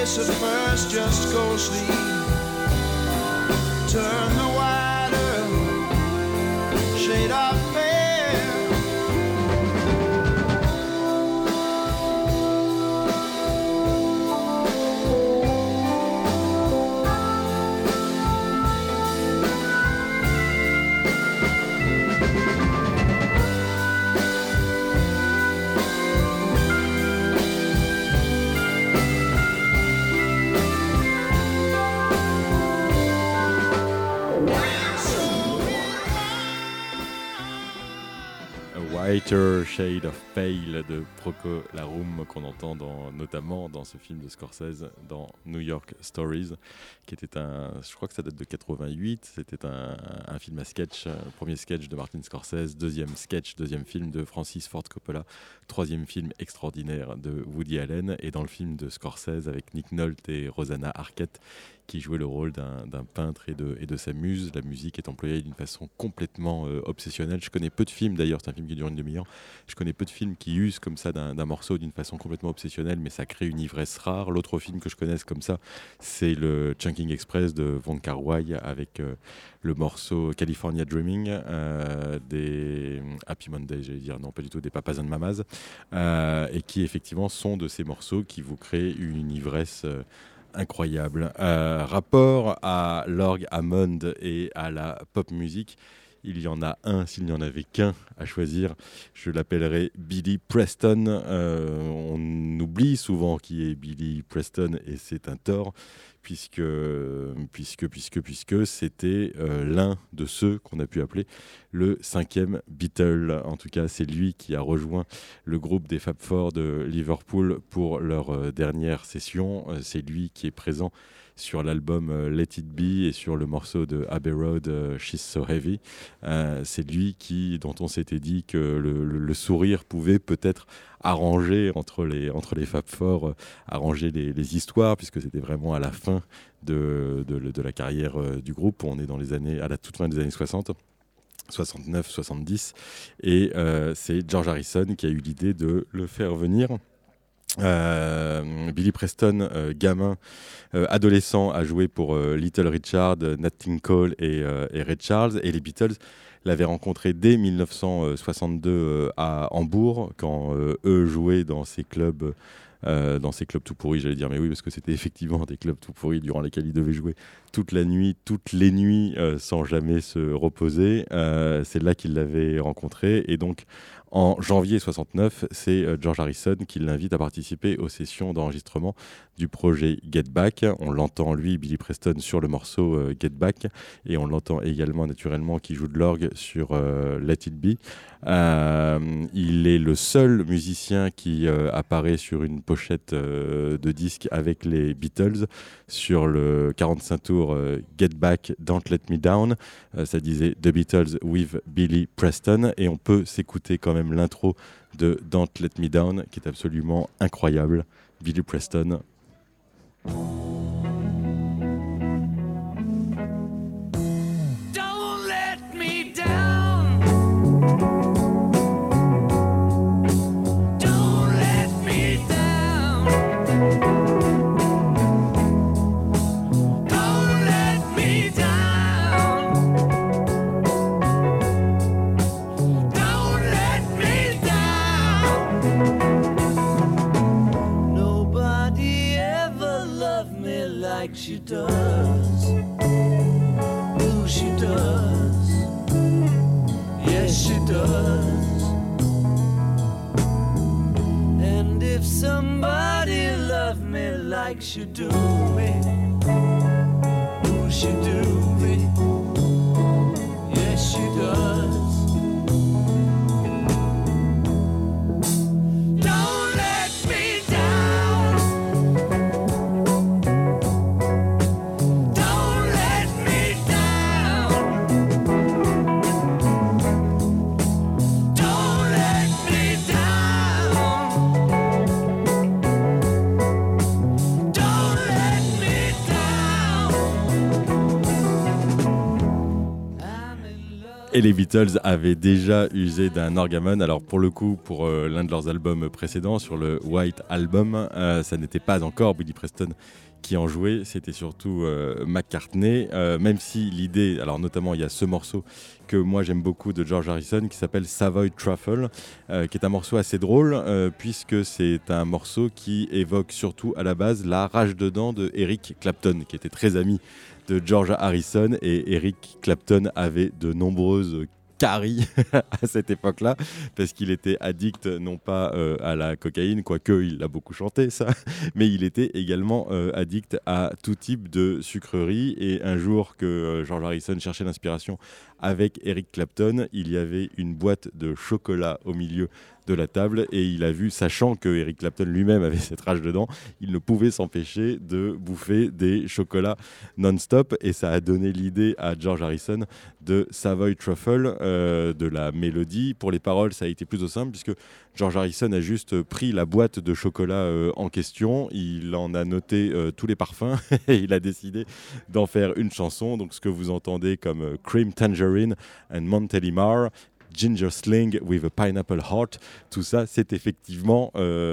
face at first just ghostly. Turn the wider shade of pale. Whiter Shade of Pale de Procol Harum qu'on entend notamment dans ce film de Scorsese dans New York Stories, qui était je crois que ça date de 88, c'était un film à sketch, premier sketch de Martin Scorsese, deuxième film de Francis Ford Coppola, troisième film extraordinaire de Woody Allen, et dans le film de Scorsese avec Nick Nolte et Rosanna Arquette qui jouait le rôle d'un peintre et de sa muse. La musique est employée d'une façon complètement obsessionnelle. Je connais peu de films, d'ailleurs, c'est un film qui dure une demi-heure, je connais peu de films qui usent comme ça d'un morceau d'une façon complètement obsessionnelle, mais ça crée une ivresse rare. L'autre film que je connaisse comme ça, c'est le Chungking Express de Wong Kar-wai avec le morceau California Dreaming des Happy Monday, j'allais dire, non pas du tout, des Papas and Mamas, et qui effectivement sont de ces morceaux qui vous créent une ivresse incroyable. Rapport à l'orgue Hammond et à la pop music, il y en a un, s'il n'y en avait qu'un à choisir, je l'appellerais Billy Preston. On oublie souvent qui est Billy Preston et c'est un tort, puisque c'était l'un de ceux qu'on a pu appeler le 5e Beatle. En tout cas, c'est lui qui a rejoint le groupe des Fab Four de Liverpool pour leur dernière session. C'est lui qui est présent sur l'album Let It Be et sur le morceau de Abbey Road, She's So Heavy. C'est lui dont on s'était dit que le sourire pouvait peut-être arranger entre les Fab Four, arranger les histoires, puisque c'était vraiment à la fin de la carrière du groupe. On est à la toute fin des années 60. 69, 70, et c'est George Harrison qui a eu l'idée de le faire venir. Billy Preston, gamin, adolescent, a joué pour Little Richard, Nat King Cole et Ray Charles, et les Beatles l'avaient rencontré dès 1962 à Hambourg, quand eux jouaient dans ces clubs tout pourris, j'allais dire, mais oui, parce que c'était effectivement des clubs tout pourris durant lesquels ils devaient jouer toutes les nuits, sans jamais se reposer. C'est là qu'ils l'avaient rencontré, et donc en janvier 69, c'est George Harrison qui l'invite à participer aux sessions d'enregistrement du projet Get Back. On l'entend, lui, Billy Preston, sur le morceau Get Back, et on l'entend également naturellement qui joue de l'orgue sur Let It Be. Il est le seul musicien qui apparaît sur une pochette de disque avec les Beatles sur le 45 tours Get Back, Don't Let Me Down. Ça disait The Beatles with Billy Preston, et on peut s'écouter quand même l'intro de Don't Let Me Down qui est absolument incroyable. Billy Preston. Don't let me down. Don't let me down. Don't let me down. Don't let me down. Nobody ever loved me like she does. Ooh, she does. Yes, she does. And if somebody loved me like she do me, ooh, she do me. Yes, she does. Don't let me down. Don't let me down. Don't let me down. Don't let me down. I'm in love. Et les Beatles avaient déjà usé d'un orgamon. Alors pour le coup, pour l'un de leurs albums précédents, sur le White Album, ça n'était pas encore Billy Preston qui en jouait, c'était surtout McCartney, même si l'idée, alors notamment il y a ce morceau que moi j'aime beaucoup de George Harrison qui s'appelle Savoy Truffle, qui est un morceau assez drôle puisque c'est un morceau qui évoque surtout à la base la rage de dents de Eric Clapton, qui était très ami de George Harrison, et Eric Clapton avait de nombreuses caries à cette époque-là, parce qu'il était addict non pas à la cocaïne, quoique il a beaucoup chanté ça, mais il était également addict à tout type de sucreries. Et un jour que George Harrison cherchait l'inspiration avec Eric Clapton, il y avait une boîte de chocolat au milieu de la table, et il a vu, sachant que Eric Clapton lui-même avait cette rage dedans, il ne pouvait s'empêcher de bouffer des chocolats non-stop, et ça a donné l'idée à George Harrison de Savoy Truffle, de la mélodie. Pour les paroles, ça a été plutôt simple, puisque George Harrison a juste pris la boîte de chocolat en question, il en a noté tous les parfums, et il a décidé d'en faire une chanson. Donc ce que vous entendez comme Cream Tangerine and Montélimar, Ginger Sling with a Pineapple Heart, tout ça, c'est effectivement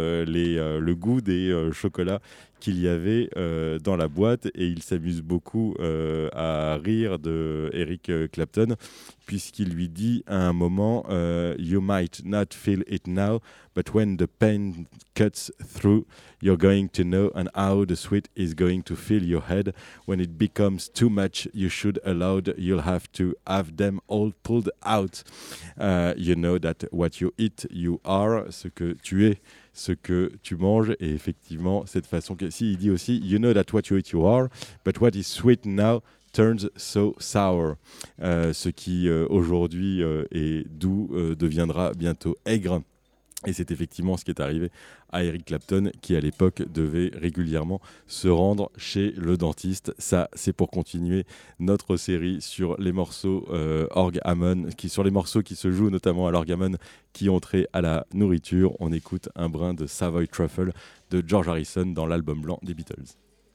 le goût des chocolats qu'il y avait dans la boîte, et il s'amuse beaucoup à rire de Eric Clapton, puisqu'il lui dit à un moment You might not feel it now, but when the pain cuts through, you're going to know and how the sweet is going to fill your head. When it becomes too much, you should allow, you'll have to have them all pulled out. You know that what you eat, you are, ce que tu es, ce que tu manges. Et effectivement, cette façon que si il dit aussi you know that what you eat you are, but what is sweet now turns so sour. Ce qui aujourd'hui est doux deviendra bientôt aigre. Et c'est effectivement ce qui est arrivé à Eric Clapton, qui à l'époque devait régulièrement se rendre chez le dentiste. Ça, c'est pour continuer notre série sur les morceaux Org Hammond, sur les morceaux qui se jouent notamment à l'Org Hammond, qui ont trait à la nourriture. On écoute un brin de Savoy Truffle de George Harrison dans l'album blanc des Beatles.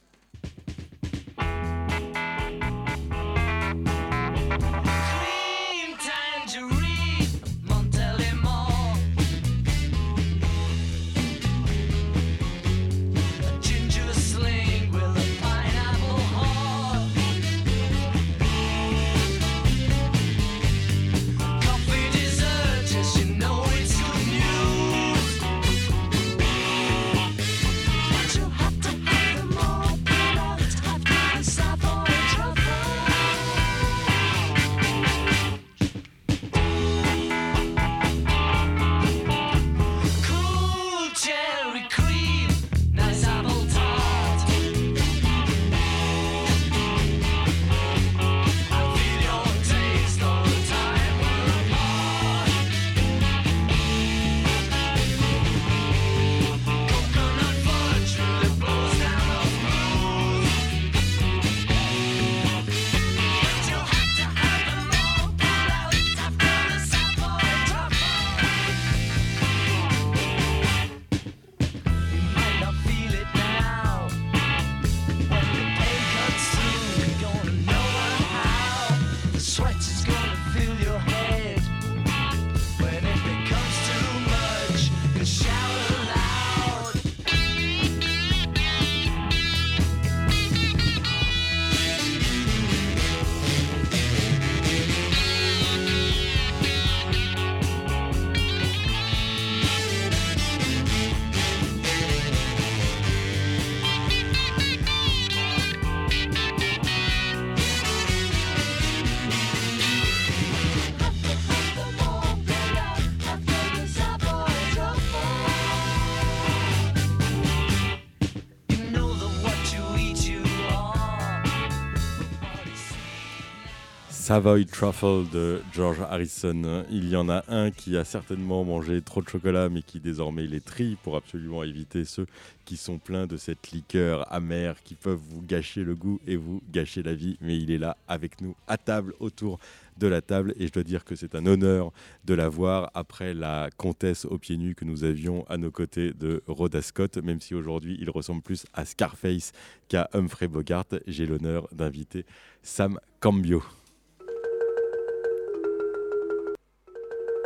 Savoy Truffle de George Harrison. Il y en a un qui a certainement mangé trop de chocolat, mais qui désormais les trie pour absolument éviter ceux qui sont pleins de cette liqueur amère qui peuvent vous gâcher le goût et vous gâcher la vie. Mais il est là avec nous à table, autour de la table, et je dois dire que c'est un honneur de l'avoir après la comtesse aux pieds nus que nous avions à nos côtés de Rhoda Scott. Même si aujourd'hui il ressemble plus à Scarface qu'à Humphrey Bogart, j'ai l'honneur d'inviter Sam Cambio.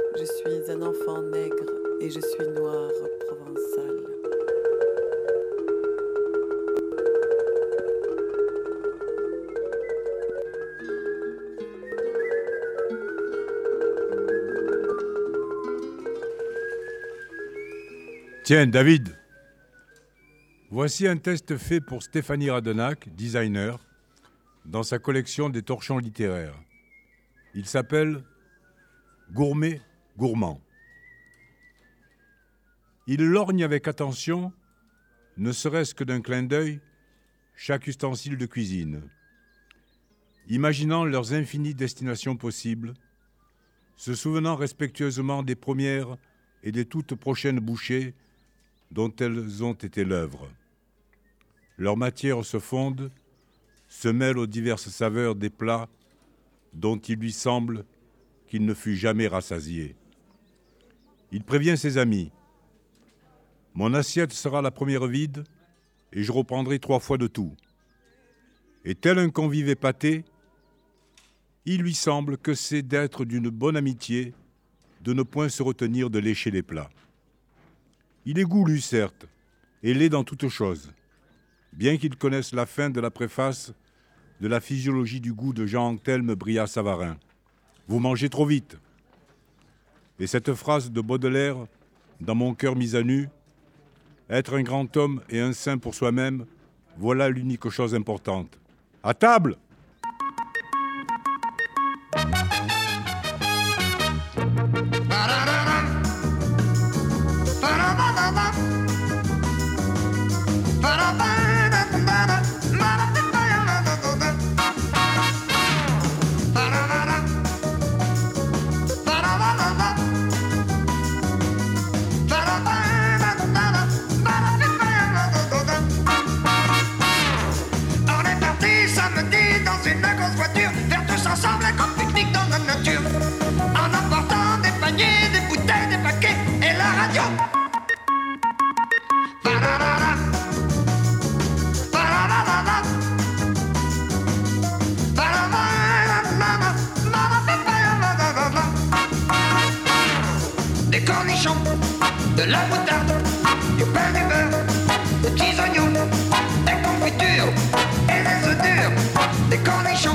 Je suis un enfant nègre et je suis noir provençal. Tiens, David, voici un test fait pour Stéphanie Radenac, designer, dans sa collection des torchons littéraires. Il s'appelle Gourmet Gourmand. Il lorgne avec attention, ne serait-ce que d'un clin d'œil, chaque ustensile de cuisine, imaginant leurs infinies destinations possibles, se souvenant respectueusement des premières et des toutes prochaines bouchées dont elles ont été l'œuvre. Leurs matières se fondent, se mêlent aux diverses saveurs des plats dont il lui semble qu'il ne fut jamais rassasié. Il prévient ses amis. Mon assiette sera la première vide et je reprendrai 3 fois de tout. Et tel un convive épaté, il lui semble que c'est d'être d'une bonne amitié de ne point se retenir de lécher les plats. Il est goulu, certes, et l'est dans toute chose, bien qu'il connaisse la fin de la préface de la physiologie du goût de Jean-Anthelme Brillat-Savarin. Vous mangez trop vite. Et cette phrase de Baudelaire, dans mon cœur mis à nu, être un grand homme et un saint pour soi-même, voilà l'unique chose importante. À table! De la moutarde, du pain, du beurre, des petits oignons, des confitures et des œufs durs, des cornichons,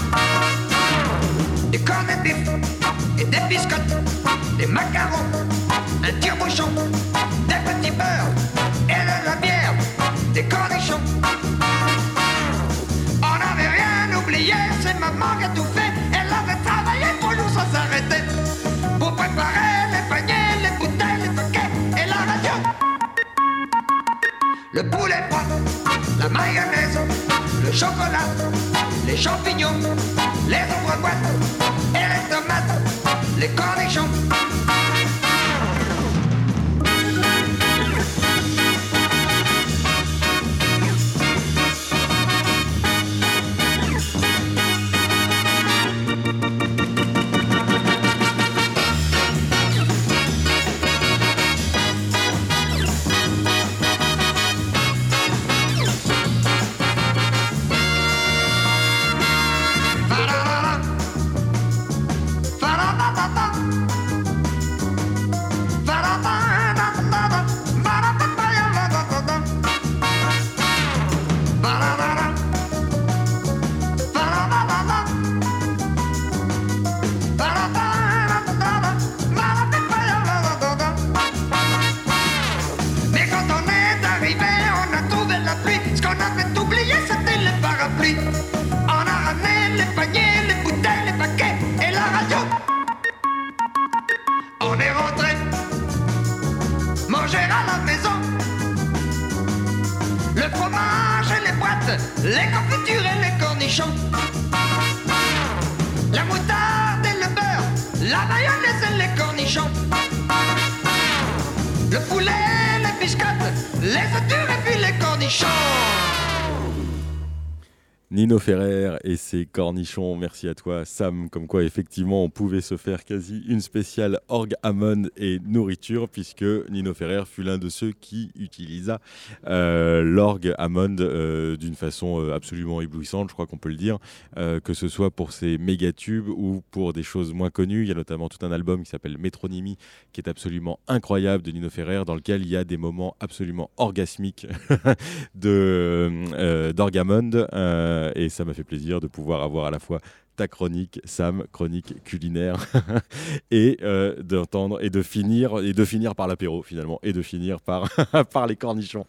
du cornet de bif et des biscottes, des macarons, un tire-bouchon, des petits beurres et de la bière, des cornichons. On n'avait rien oublié, c'est maman qui a tout fait, elle avait travaillé pour nous sans s'arrêter, pour préparer les paniers, les bouteilles, les paquets et la radio. Le poulet froid, la mayonnaise, le chocolat, les champignons, les ouvre-boîtes et les tomates, les cornichons. Les confitures et les cornichons, la moutarde et le beurre, la mayonnaise et les cornichons, le poulet, les biscottes, les œufs durs et puis les cornichons. Nino Ferrer et ses cornichons, merci à toi Sam, comme quoi effectivement on pouvait se faire quasi une spéciale orgue Hammond et nourriture, puisque Nino Ferrer fut l'un de ceux qui utilisa l'orgue Hammond d'une façon absolument éblouissante, je crois qu'on peut le dire, que ce soit pour ses méga tubes ou pour des choses moins connues. Il y a notamment tout un album qui s'appelle Métronymie, qui est absolument incroyable, de Nino Ferrer, dans lequel il y a des moments absolument orgasmiques d'orgue Hammond. Et ça m'a fait plaisir de pouvoir avoir à la fois ta chronique, Sam, chronique culinaire, et d'entendre et de finir par l'apéro finalement, et de finir par, par les cornichons.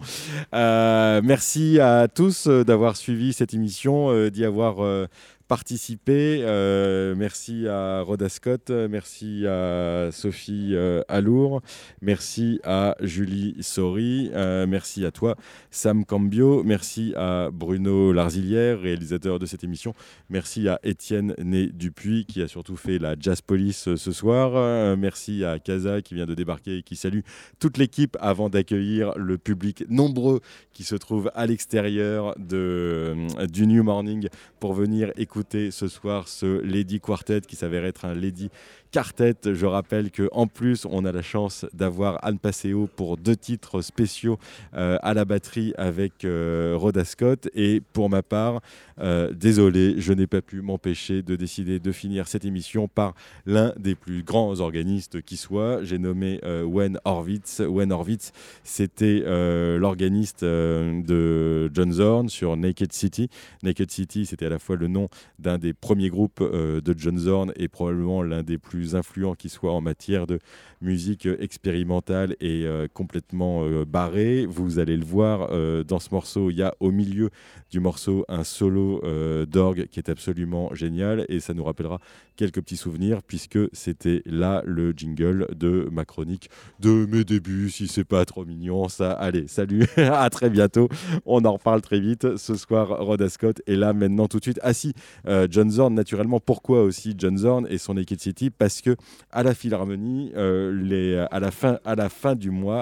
Merci à tous d'avoir suivi cette émission, d'y avoir participé. Merci à Rhoda Scott, merci à Sophie Alour, merci à Julie Sori, merci à toi Sam Cambio, merci à Bruno Larzilière, réalisateur de cette émission, merci à Étienne Né-Dupuis qui a surtout fait la Jazz Police ce soir, merci à Kaza qui vient de débarquer et qui salue toute l'équipe avant d'accueillir le public nombreux qui se trouve à l'extérieur du New Morning pour venir écouter ce soir ce Lady Quartet qui s'avère être un Lady Quartet. Je rappelle qu'en plus on a la chance d'avoir Anne Passeo pour 2 titres spéciaux à la batterie avec Rhoda Scott, et pour ma part désolé, je n'ai pas pu m'empêcher de décider de finir cette émission par l'un des plus grands organistes qui soit. J'ai nommé Wayne Horvitz. Wayne Horvitz, c'était l'organiste de John Zorn sur Naked City. Naked City, c'était à la fois le nom d'un des premiers groupes de John Zorn et probablement l'un des plus influents qui soit en matière de musique expérimentale et complètement barrée. Vous allez le voir dans ce morceau, il y a au milieu du morceau un solo d'orgue qui est absolument génial, et ça nous rappellera quelques petits souvenirs puisque c'était là le jingle de ma chronique de mes débuts, si c'est pas trop mignon ça. Allez, salut, à très bientôt, on en reparle très vite. Ce soir Rhoda Scott est là maintenant tout de suite. Ah si, John Zorn naturellement. Pourquoi aussi John Zorn et son Naked City? Parce que à la Philharmonie, à la fin du mois,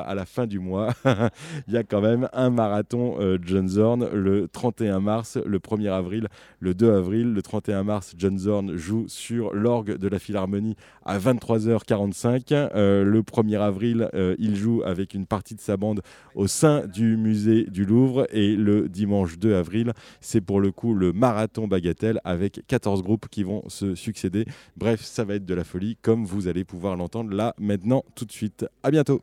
il y a quand même un marathon John Zorn le 31 mars, le 1er avril, le 2 avril. Le 31 mars, John Zorn joue sur l'orgue de la Philharmonie à 23h45. Le 1er avril, il joue avec une partie de sa bande au sein du musée du Louvre, et le dimanche 2 avril, c'est pour le coup le marathon Bagatelle avec 14 groupes qui vont se succéder. Bref, ça va être de la folie comme vous allez pouvoir l'entendre là, maintenant, tout de suite. À bientôt.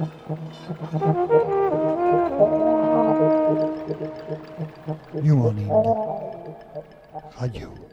New Morning Radio.